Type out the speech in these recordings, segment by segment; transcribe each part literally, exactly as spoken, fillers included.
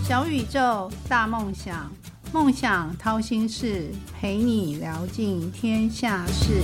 小宇宙，大梦想，梦想掏心事，陪你聊尽天下事。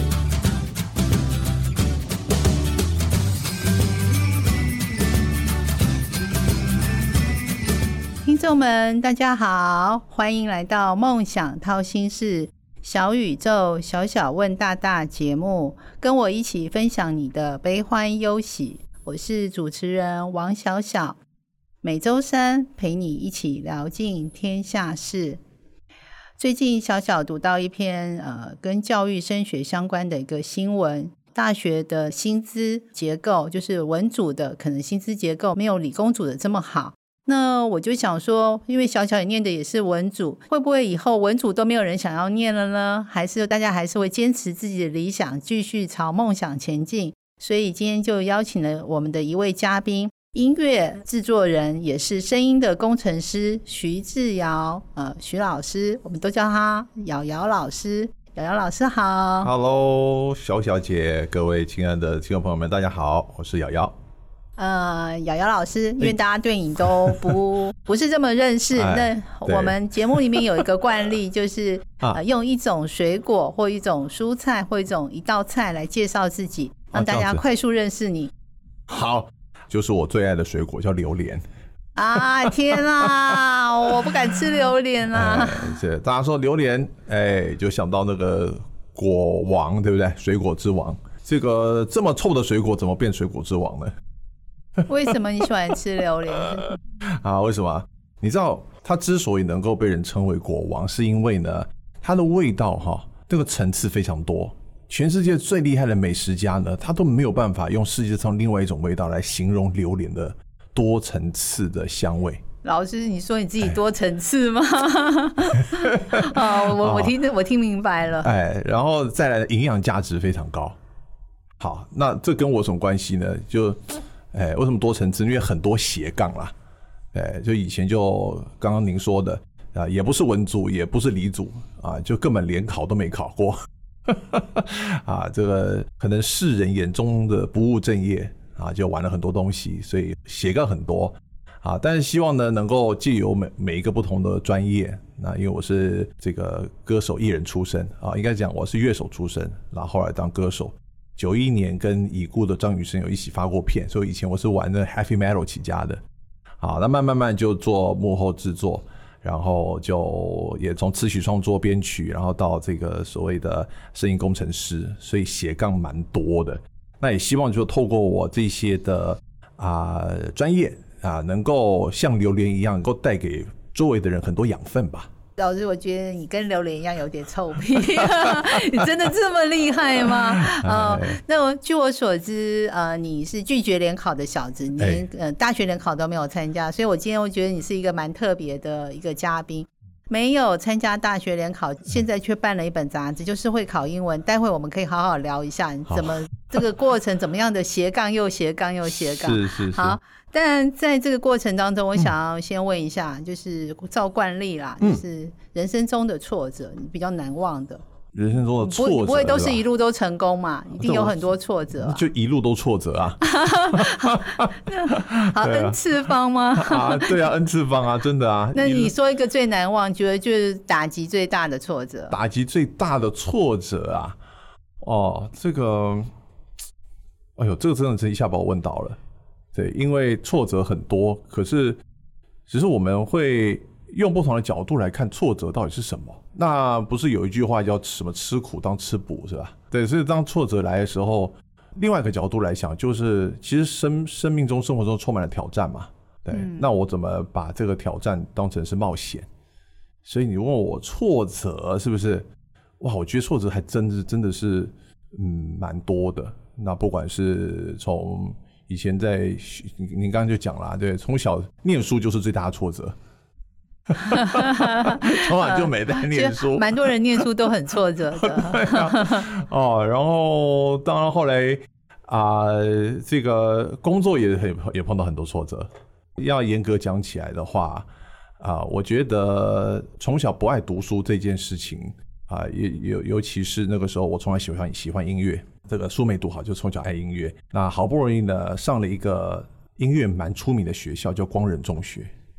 听众们，大家好，欢迎来到梦想掏心事小宇宙小小问大大节目，跟我一起分享你的悲欢忧喜。我是主持人王小小，每周三陪你一起聊尽天下事。最近小小读到一篇呃跟教育升学相关的一个新闻，大学的薪资结构，就是文组的可能薪资结构没有理工组的这么好。那我就想说，因为小小也念的也是文组，会不会以后文组都没有人想要念了呢？还是大家还是会坚持自己的理想，继续朝梦想前进？所以今天就邀请了我们的一位嘉宾，音乐制作人，也是声音的工程师徐志尧，呃，徐老师，我们都叫他瑶瑶老师。瑶瑶老师好。 Hello 小小姐，各位亲爱的听众朋友们大家好，我是瑶瑶。 呃，瑶瑶老师，因为大家对你都不不是这么认识， 哎、 那我们节目里面有一个惯例，就是呃用一种水果或一种蔬菜或一种一道菜来介绍自己，让大家快速认识你。 好，就是我最爱的水果叫榴莲啊！天啊，我不敢吃榴莲啊！ 哎、大家说榴莲，哎，就想到那个果王，对不对？水果之王，这个这么臭的水果怎么变水果之王呢？ 为什么你喜欢吃榴莲？ 啊，为什么？你知道它之所以能够被人称为果王，是因为呢，它的味道哈，这个层次非常多。全世界最厉害的美食家呢，他都没有办法用世界上另外一种味道来形容榴莲的多层次的香味。 老师，你说你自己多层次吗？哦、我我听我听明白了。 哎，然后再来营养价值非常高。好，那这跟我有什么关系呢？就哎，为什么多层次？因为很多斜杠啦。哎，就以前就刚刚您说的啊，也不是文组，也不是理组啊，就根本联考都没考过。啊，这个可能世人眼中的不务正业啊，就玩了很多东西，所以斜杠很多啊。但是希望呢，能够借由每每一个不同的专业，那因为我是这个歌手艺人出身啊，应该讲我是乐手出身，然后后来当歌手。九一年跟已故的张雨生有一起发过片，所以以前我是玩的 heavy metal 起家的。好，那慢慢慢就做幕后制作。然后就也从词曲创作编曲，然后到这个所谓的声音工程师，所以斜杠蛮多的。那也希望就透过我这些的啊专业啊，能够像榴莲一样，能够带给周围的人很多养分吧。 老师，我觉得你跟榴莲一样有点臭屁，你真的这么厉害吗？呃、那我据我所知，呃，你是拒绝联考的小子，你连、呃、大学联考都没有参加，所以我今天我觉得你是一个蛮特别的一个嘉宾。没有参加大学联考，现在却办了一本杂志，就是会考英文。待会我们可以好好聊一下，你怎么这个过程怎么样的斜杠又斜杠又斜杠。 是是是。 好，但在这个过程当中，我想要先问一下，嗯、就是照惯例啦，就是人生中的挫折，你比较难忘的。人生中的挫折，不, 不会都是一路都成功嘛？一定有很多挫折、啊， 就一路都挫折啊！ 好 N 次方吗？ 啊，对啊 ，N 次方啊，真的啊。 那你说一个最难忘，觉得就是打击最大的挫折？ 打击最大的挫折啊！哦，这个，哎呦，这个真的是一下把我问倒了。对，因为挫折很多，可是只是我们会用不同的角度来看挫折到底是什么。那不是有一句话叫什么吃苦当吃补是吧？对，所以当挫折来的时候，另外一个角度来想，就是其实生生命中生活中充满了挑战嘛。对、嗯，那我怎么把这个挑战当成是冒险？所以你问我挫折是不是？哇，我觉得挫折还真的真的是嗯蛮多的。那不管是从以前在您刚刚就讲了，对，从小念书就是最大的挫折。从小就没在念书， 蛮多人念书都很挫折的。 啊、哦，然后当然后来啊、呃，这个工作也很也碰到很多挫折。要严格讲起来的话啊、呃，我觉得从小不爱读书这件事情啊，尤、呃、尤其是那个时候，我从来喜欢喜欢音乐，这个书没读好，就从小爱音乐。那好不容易呢，上了一个音乐蛮出名的学校，叫光仁中学。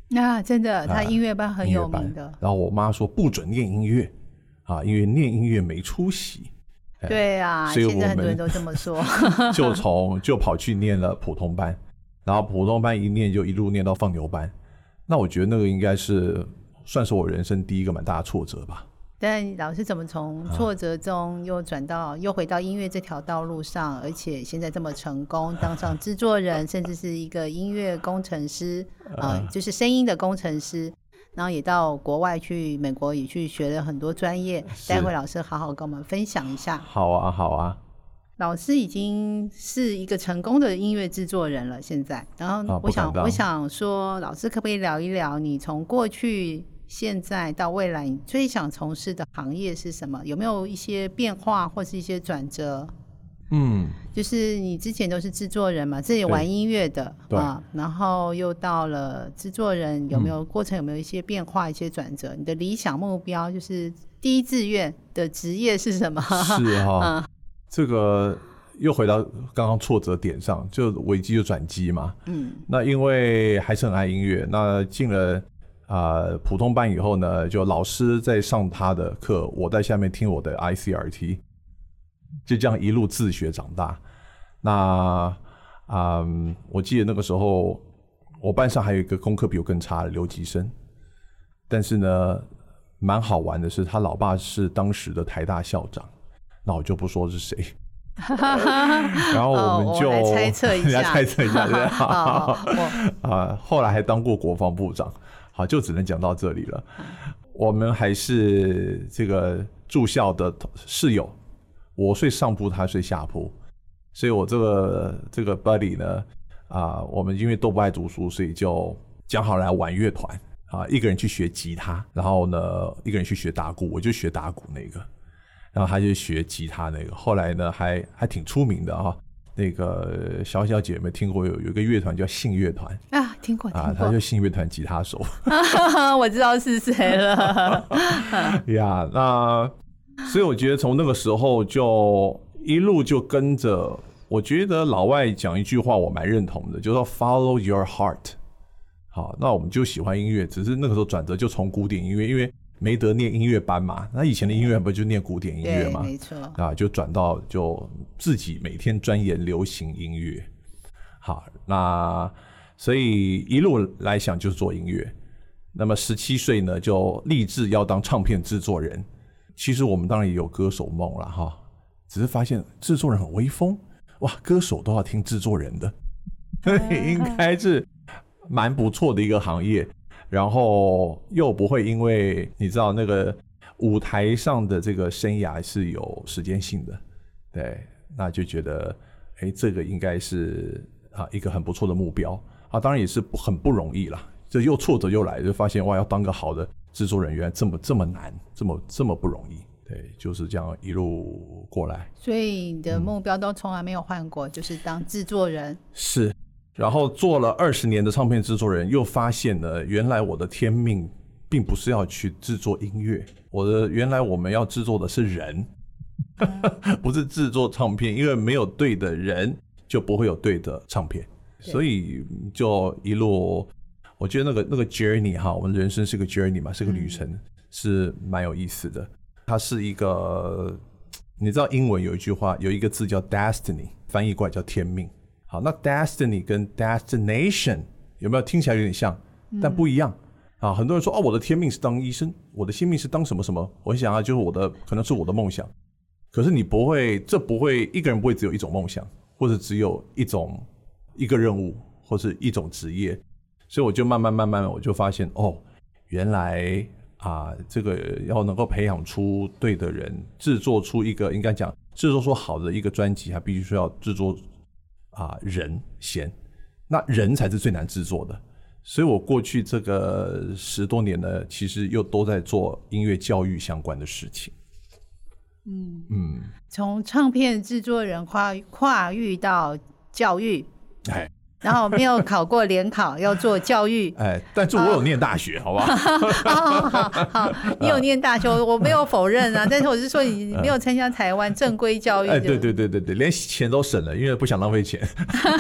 啊，真的，他音乐班很有名的。 然后我妈说不准念音乐啊，因为念音乐没出息。 对啊， 所以我现在很多人都这么说。 就从就跑去念了普通班，然后普通班一念就一路念到放牛班。那我觉得那个应该是算是我人生第一个蛮大的挫折吧。 但老师怎么从挫折中又转到、啊、又回到音乐这条道路上，而且现在这么成功，当上制作人，甚至是一个音乐工程师，呃，就是声音的工程师，然后也到国外去，美国也去学了很多专业。待会老师好好跟我们分享一下。 好啊，好啊。 老师已经是一个成功的音乐制作人了，现在。然后我想，啊、我想说，老师可不可以聊一聊你从过去、现在到未来，你最想从事的行业是什么？有没有一些变化或是一些转折？嗯，就是你之前都是制作人嘛，自己玩音乐的啊，然后又到了制作人，有没有、嗯、过程有没有一些变化、一些转折？你的理想目标就是第一志愿的职业是什么？ 是哈、哦嗯，这个又回到刚刚挫折点上，就危机就转机嘛。嗯，那因为还是很爱音乐，那进了啊、呃、普通班以后呢，就老师在上他的课，我在下面听我的 I C R T。就这样一路自学长大。那嗯，我记得那个时候我班上还有一个功课比我更差的留级生，但是呢蛮好玩的是他老爸是当时的台大校长，那我就不说是谁。然后我们就、 哦、我来猜测一下， 来猜测一下对啊、呃，后来还当过国防部长。好，就只能讲到这里了。我们还是这个住校的室友，我睡上铺，他睡下铺，所以我这个这个 buddy 呢，啊、呃，我们因为都不爱读书，所以就讲好来玩乐团啊，一个人去学吉他，然后呢，一个人去学打鼓，我就学打鼓那个，然后他就学吉他那个，后来呢，还还挺出名的啊。那个小小姐妹听过有有一个乐团叫信乐团啊，听过听过啊，他就信乐团吉他手， 我知道是谁了呀。那所以我觉得从那个时候就一路就跟着，我觉得老外讲一句话我蛮认同的，就是说 follow your heart。好，那我们就喜欢音乐，只是那个时候转折就从古典音乐，因为没得念音乐班嘛，那以前的音乐不就念古典音乐嘛， 没错啊，就转到就自己每天钻研流行音乐。好，那所以一路来想就是做音乐。那么十七岁呢，就立志要当唱片制作人。其实我们当然也有歌手梦啦哈，只是发现制作人很威风，哇，歌手都要听制作人的，应该是蛮不错的一个行业。然后又不会因为你知道那个舞台上的这个生涯是有时间性的，对，那就觉得哎，这个应该是啊一个很不错的目标啊，当然也是很不容易啦，这又挫折又来，就发现哇，要当个好的制作人原来这么这么难，这么这么不容易，对，就是这样一路过来。 所以你的目标都从来没有换过，嗯、就是当制作人。 是。然后做了二十年的唱片制作人，又发现呢，原来我的天命并不是要去制作音乐，我的原来我们要制作的是人，不是制作唱片，因为没有对的人，就不会有对的唱片，所以就一路，我觉得那个那个 journey 哈，我们人生是个 journey 嘛，是个旅程，嗯、是蛮有意思的。它是一个，你知道英文有一句话，有一个字叫 destiny， 翻译过来叫天命。好，那 destiny 跟 destination 有没有听起来有点像，但不一样、嗯、啊？很多人说哦，我的天命是当医生，我的心命是当什么什么。我想啊，就是我的可能是我的梦想，可是你不会，这不会一个人不会只有一种梦想，或者只有一种一个任务，或是一种职业。所以我就慢慢慢慢，我就发现哦，原来啊，这个要能够培养出对的人，制作出一个应该讲制作出好的一个专辑，还必须要制作。啊，人先，那人才是最难制作的，所以我过去这个十多年呢，其实又都在做音乐教育相关的事情。 嗯嗯，从唱片制作人跨跨域到教育， 哎， 然后没有考过联考，要做教育。 哎，但是我有念大学，好不好？ 好好好，你有念大学，我没有否认啊，但是我是说你没有参加台湾正规教育的。 哎，对对对对对，连钱都省了，因为不想浪费钱。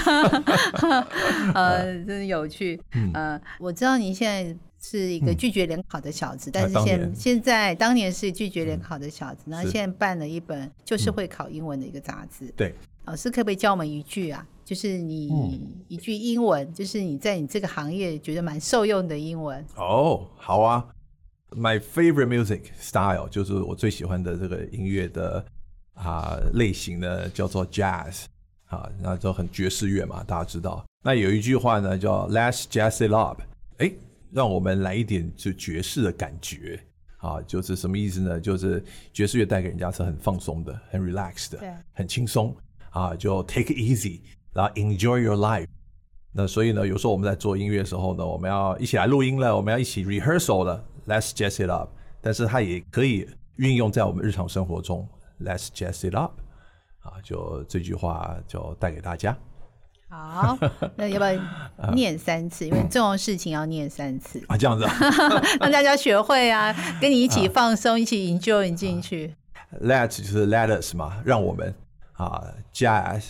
呃，真的有趣。呃，我知道你现在是一个拒绝联考的小子，嗯、但是现现在当年是拒绝联考的小子，然后现在办了一本就是会考英文的一个杂志。 对， 老师可不可以教我们一句啊？就是你一句英文，嗯、就是你在你这个行业觉得蛮受用的英文。 哦，好啊。My favorite music style 就是我最喜欢的这个音乐的啊、呃、类型呢，叫做 jazz 啊，那就很爵士乐嘛，大家知道。那有一句话呢叫 Let's jazz it up， 哎，让我们来一点就爵士的感觉啊，就是什么意思呢？就是爵士乐带给人家是很放松的，很 relaxed 的，很轻松啊，就 take it easy。然后 enjoy your life。 那所以呢，有时候我们在做音乐的时候呢，我们要一起来录音了，我们要一起 rehearsal 了 Let's jazz it up。 但是它也可以运用在我们日常生活中 Let's jazz it up 啊，就这句话就带给大家。 好，那要不要念三次？因为这种事情要念三次啊，这样子、啊、 让大家学会啊，跟你一起放松、啊、一起 enjoy 进去、 啊、Let 就是 let us 嘛，让我们啊 jazz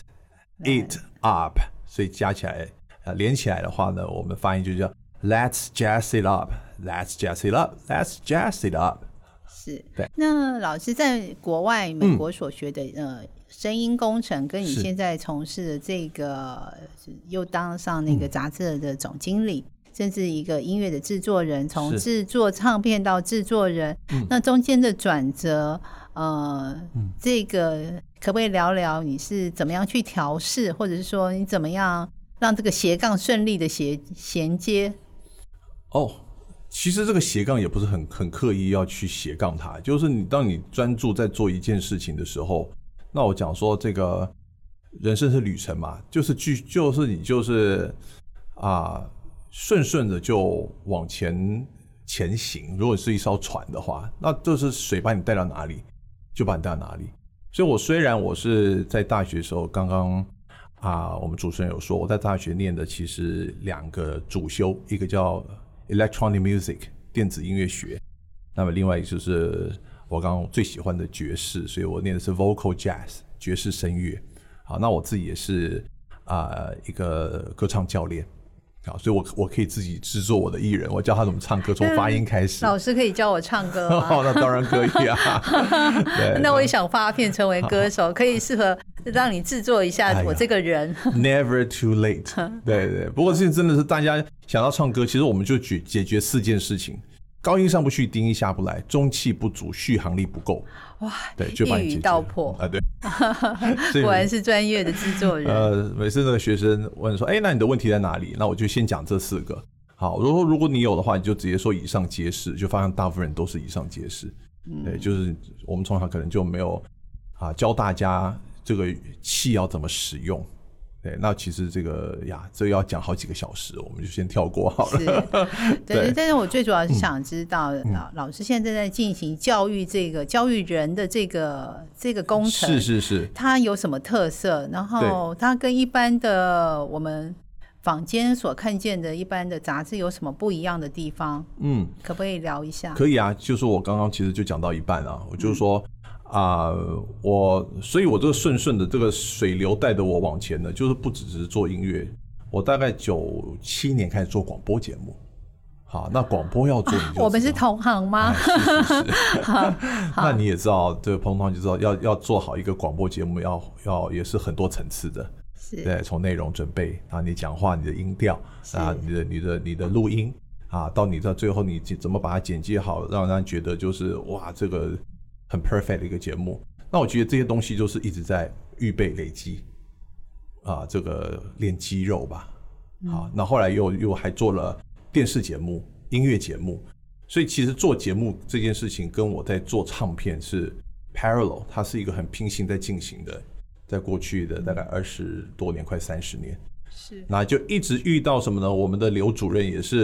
it up， 所以加起来、呃、连起来的话呢，我们发音就叫 Let's jazz it up Let's jazz it up Let's jazz it up。 是，对。那老师在国外美国所学的、嗯、呃声音工程，跟你现在从事的这个又当上那个杂志的总经理、嗯、甚至一个音乐的制作人，从制作唱片到制作人、嗯、那中间的转折呃、嗯，这个可不可以聊聊你是怎么样去调试，或者是说你怎么样让这个斜杠顺利的衔衔接？ 哦，其实这个斜杠也不是很很刻意要去斜杠它，就是你当你专注在做一件事情的时候，那我讲说这个人生是旅程嘛，就是就是你就是啊顺顺的就往前前行。如果是一艘船的话，那就是水把你带到哪里就把你带到哪里。所以我虽然我是在大学的时候，刚刚啊，我们主持人有说我在大学念的其实两个主修，一个叫 Electronic Music 电子音乐学，那么另外一个就是我刚刚最喜欢的爵士，所以我念的是 Vocal Jazz 爵士声乐。好，那我自己也是啊、呃、一个歌唱教练。好，所以我我可以自己制作我的艺人，我教他怎么唱歌，从发音开始。 老师可以教我唱歌吗？ 哦，那当然可以啊。 那我也想发片成为歌手，可以适合让你制作一下我这个人。 哎、Never too late 。对对，不过这真的是大家想要唱歌，其实我们就解解决四件事情：高音上不去，低音下不来，中气不足，续航力不够。 哇， 对，就把你一语道破啊！对， 果然是专业的制作人。 呃，每次那个学生问说：“哎、欸，那你的问题在哪里？”那我就先讲这四个。好，如果如果你有的话，你就直接说以上皆是，就发现大部分人都是以上皆是。嗯，对，就是我们从小可能就没有啊教大家这个气要怎么使用。对，那其实这个呀，这要讲好几个小时，我们就先跳过好了。 是，对，但是我最主要是想知道，嗯、老老师现在在进行教育这个教育人的这个这个工程， 是是是， 它有什么特色？然后它跟一般的我们坊间所看见的一般的杂志有什么不一样的地方？嗯，可不可以聊一下？ 可以啊，就是我刚刚其实就讲到一半啊，我就是说。嗯啊、呃，我所以，我这个顺顺的这个水流带着我往前的，就是不只是做音乐。我大概九七年开始做广播节目，好，那广播要做你就知道、啊， 我们是同行吗？ 哎、是是是好那你也知道，这个彭同就知道要要做好一个广播节目要，要要也是很多层次的， 是对，从内容准备啊，你讲话你的音调啊，你的你的你的录音啊，到你到最后你怎么把它剪辑好，让人觉得就是哇这个。很 perfect 的一个节目，那我觉得这些东西就是一直在预备累积啊，这个练肌肉吧。好，那后来又又还做了电视节目、音乐节目，所以其实做节目这件事情跟我在做唱片是 parallel， 它是一个很平行在进行的，在过去的大概二十多年，快三十年。 是， 那就一直遇到什么呢？我们的刘主任也是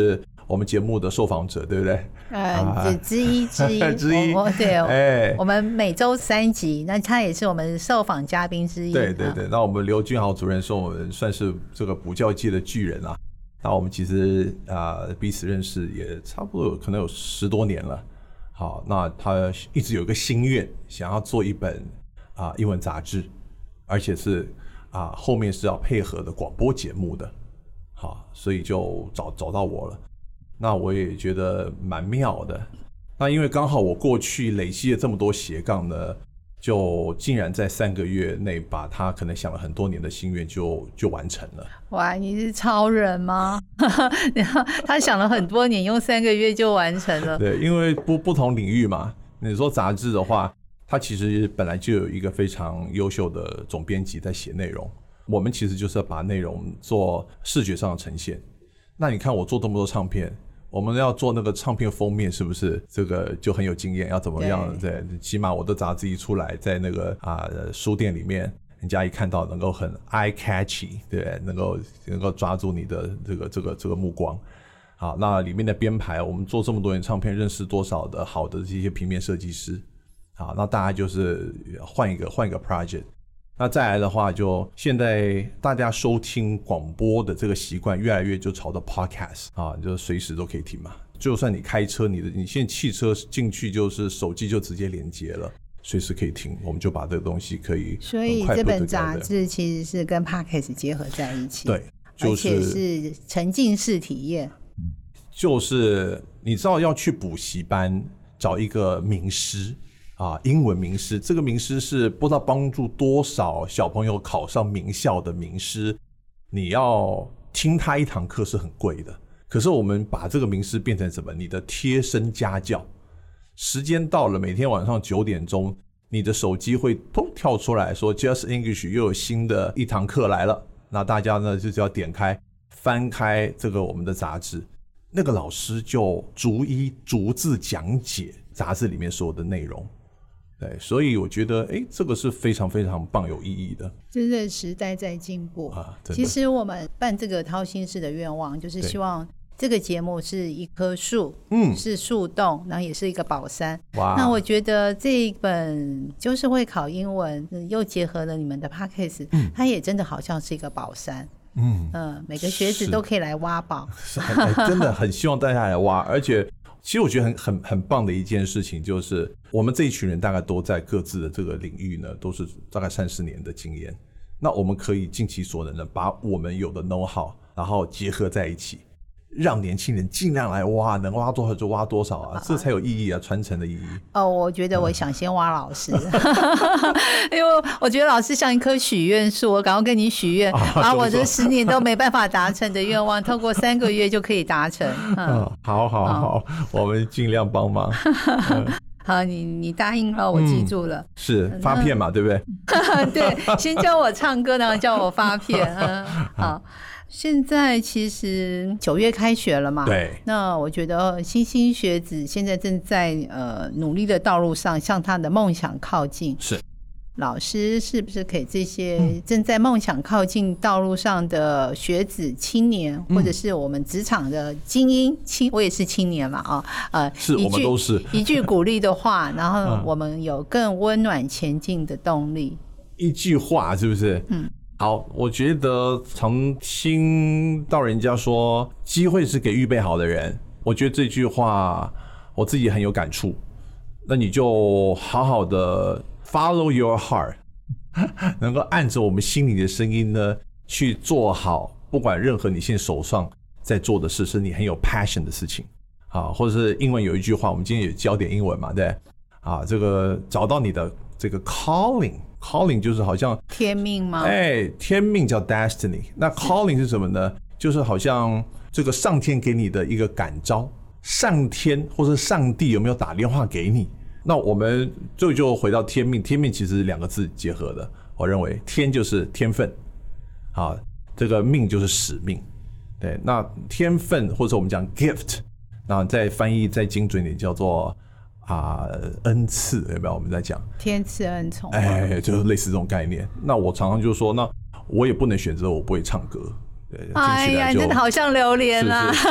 我们节目的受访者，对不对？ 呃，啊、之一之一之一， 对， 哎， 我们每周三集，那他也是我们受访嘉宾之一。 对对对，那我们刘俊豪主任说我们算是这个补教界的巨人啊。那我们其实啊、呃、彼此认识也差不多有可能有十多年了。好，那他一直有一个心愿，想要做一本啊、呃、英文杂志，而且是啊、呃、后面是要配合的广播节目的。好，所以就找找到我了。那我也觉得蛮妙的。那因为刚好我过去累积了这么多斜杠呢，就竟然在三个月内把他可能想了很多年的心愿就就完成了。 哇，你是超人吗？他想了很多年，用三个月就完成了。 对，因为不不同领域嘛。你说杂志的话，它其实本来就有一个非常优秀的总编辑在写内容。我们其实就是要把内容做视觉上的呈现。那你看我做这么多唱片，我们要做那个唱片封面，是不是这个就很有经验？要怎么样？对，起码我的杂志一出来，在那个啊书店里面，人家一看到能够很 eye catchy， 对，能够能够抓住你的这个这个这个目光。好，那里面的编排，我们做这么多年唱片，认识多少的好的这些平面设计师？好，那大家就是换一个换一个 project。那再来的话，就现在大家收听广播的这个习惯越来越就朝着 podcast 啊，就随时都可以听嘛。就算你开车，你的你现在汽车进去就是手机就直接连接了，随时可以听。我们就把这个东西可以很快所以这本杂志其实是跟 podcast 结合在一起， 对，就是、 而且是沉浸式体验。 就是你知道要去补习班找一个名师。啊，英文名师，这个名师是不知道帮助多少小朋友考上名校的名师，你要听他一堂课是很贵的。可是我们把这个名师变成什么？你的贴身家教，时间到了，每天晚上九点钟，你的手机会砰跳出来说 Just English 又有新的一堂课来了。那大家呢就是要点开翻开这个我们的杂志，那个老师就逐一逐字讲解杂志里面所有的内容。对，所以我觉得哎，这个是非常非常棒有意义的。 真的时代在进步啊！其实我们办这个掏心式的愿望，就是希望这个节目是一棵树，嗯，是树洞，然后也是一个宝山。哇！那我觉得这一本就是会考英文，又结合了你们的 podcast，嗯，它也真的好像是一个宝山。嗯嗯、呃，每个学子都可以来挖宝， 真的很希望大家来挖，而且。其实我觉得很很很棒的一件事情，就是我们这一群人大概都在各自的这个领域呢，都是大概三十年的经验。那我们可以尽其所能的把我们有的 know how， 然后结合在一起，让年轻人尽量来挖，能挖多少就挖多少啊，啊这才有意义啊，传承的意义。 哦，我觉得我想先挖老师，因为我觉得老师像一棵许愿树，我赶快跟你许愿，把、啊、我这十年都没办法达成的愿望，透过三个月就可以达成。嗯，嗯好好好，我们尽量帮忙。嗯好，你你答应了，我记住了。嗯、 是发片嘛，嗯、对不对？ 对，先教我唱歌，然后教我发片。嗯，好。现在其实九月开学了嘛， 对。 那我觉得莘莘学子现在正在呃努力的道路上，向他的梦想靠近。 是。 老师是不是给这些正在梦想靠近道路上的学子、青年，嗯、或者是我们职场的精英，青我也是青年嘛啊，呃， 是我们都是一句鼓励的话，然后我们有更温暖前进的动力。 一句话是不是？嗯。好，我觉得常听到人家说机会是给预备好的人，我觉得这句话我自己很有感触。那你就好好的 follow your heart， 能够按着我们心里的声音呢去做好，不管任何你现在手上在做的事是你很有 passion 的事情啊，或者是英文有一句话，我们今天也教点英文嘛，对啊，这个找到你的这个 calling。calling 就是好像天命吗？ 哎，天命叫 destiny。那 calling 是什么呢？就是好像这个上天给你的一个感召，上天或者上帝有没有打电话给你？那我们就就回到天命，天命其实是两个字结合的。我认为天就是天分，啊，这个命就是使命。对，那天分或者我们讲 gift， 那再翻译再精准一点叫做。啊，恩赐有没有？我们在讲天赐恩宠， 哎，就是类似这种概念。那我常常就说，那我也不能选择我不会唱歌， 哎呀，你真的好像榴莲啊！是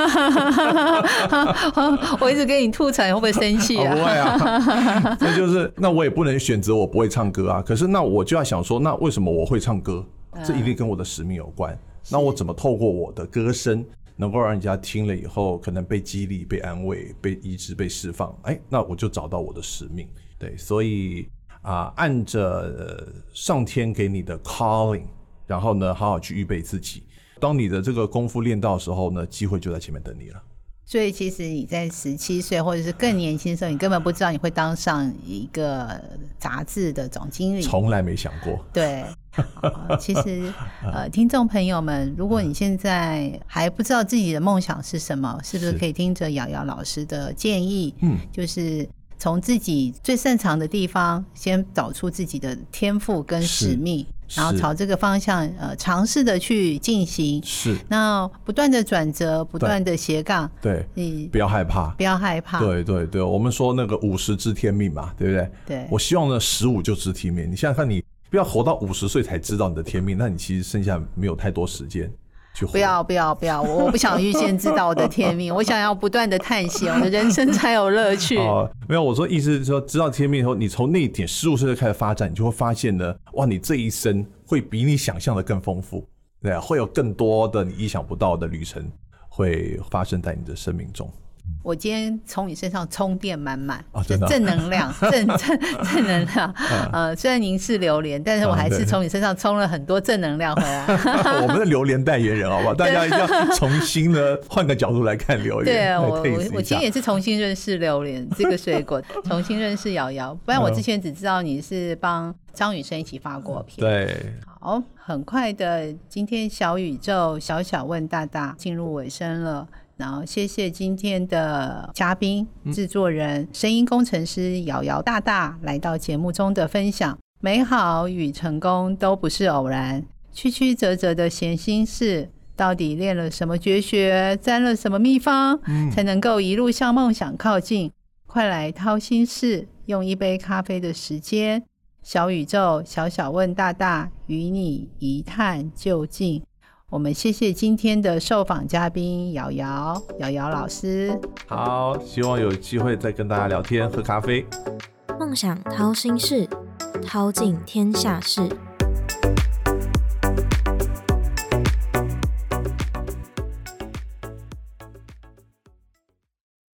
是我一直跟你吐槽，你会不会生气啊？ 哦、不会啊，那就是那我也不能选择我不会唱歌啊。可是那我就要想说，那为什么我会唱歌？这一定跟我的使命有关。嗯、那我怎么透过我的歌声，能够让人家听了以后，可能被激励、被安慰、被医治、被释放？哎，那我就找到我的使命。对，所以啊、呃，按着上天给你的 calling， 然后呢，好好去预备自己。当你的这个功夫练到的时候呢，机会就在前面等你了。 所以其实你在十七岁或者是更年轻的时候，你根本不知道你会当上一个杂志的总经理， 从来没想过。 对，其实呃，听众朋友们，如果你现在还不知道自己的梦想是什么，是不是可以听着瑶瑶老师的建议？嗯，就是从自己最擅长的地方，先找出自己的天赋跟使命。然后朝这个方向呃尝试的去进行，是那不断的转折，不断的斜杠， 对，你不要害怕， 不要害怕， 对对对，我们说那个五十知天命嘛，对不对？对，我希望呢十五就知天命。你想想看，你不要活到五十岁才知道你的天命，那你其实剩下没有太多时间。 不要不要不要，我不想预先知道我的天命，我想要不断的探险，我的人生才有乐趣。哦， 没有，我说意思是说，知道天命以后，你从那一点十五岁就开始发展，你就会发现呢，哇，你这一生会比你想象的更丰富，对，会有更多的你意想不到的旅程会发生在你的生命中。 我今天从你身上充电满满， 哦，真的， 正能量，正正正能量。呃，虽然您是榴莲，但是我还是从你身上充了很多正能量回来。 我们的榴莲代言人，好不好？大家一定要重新的换个角度来看榴莲。 对啊，我我我今天也是重新认识榴莲这个水果，重新认识瑶瑶。不然我之前只知道你是帮张雨生一起发过片。 对， 好，很快的，今天小宇宙小小问大大进入尾声了。然后谢谢今天的嘉宾、制作人、声音工程师瑶瑶大大来到节目中的分享。美好与成功都不是偶然，曲曲折折的闲心事，到底练了什么绝学，沾了什么秘方、嗯、才能够一路向梦想靠近？快来掏心事，用一杯咖啡的时间，小宇宙小小问大大，与你一探究竟。我们谢谢今天的受访嘉宾瑶瑶瑶瑶老师。 好，希望有机会再跟大家聊天喝咖啡。 梦想掏心事，掏尽天下事。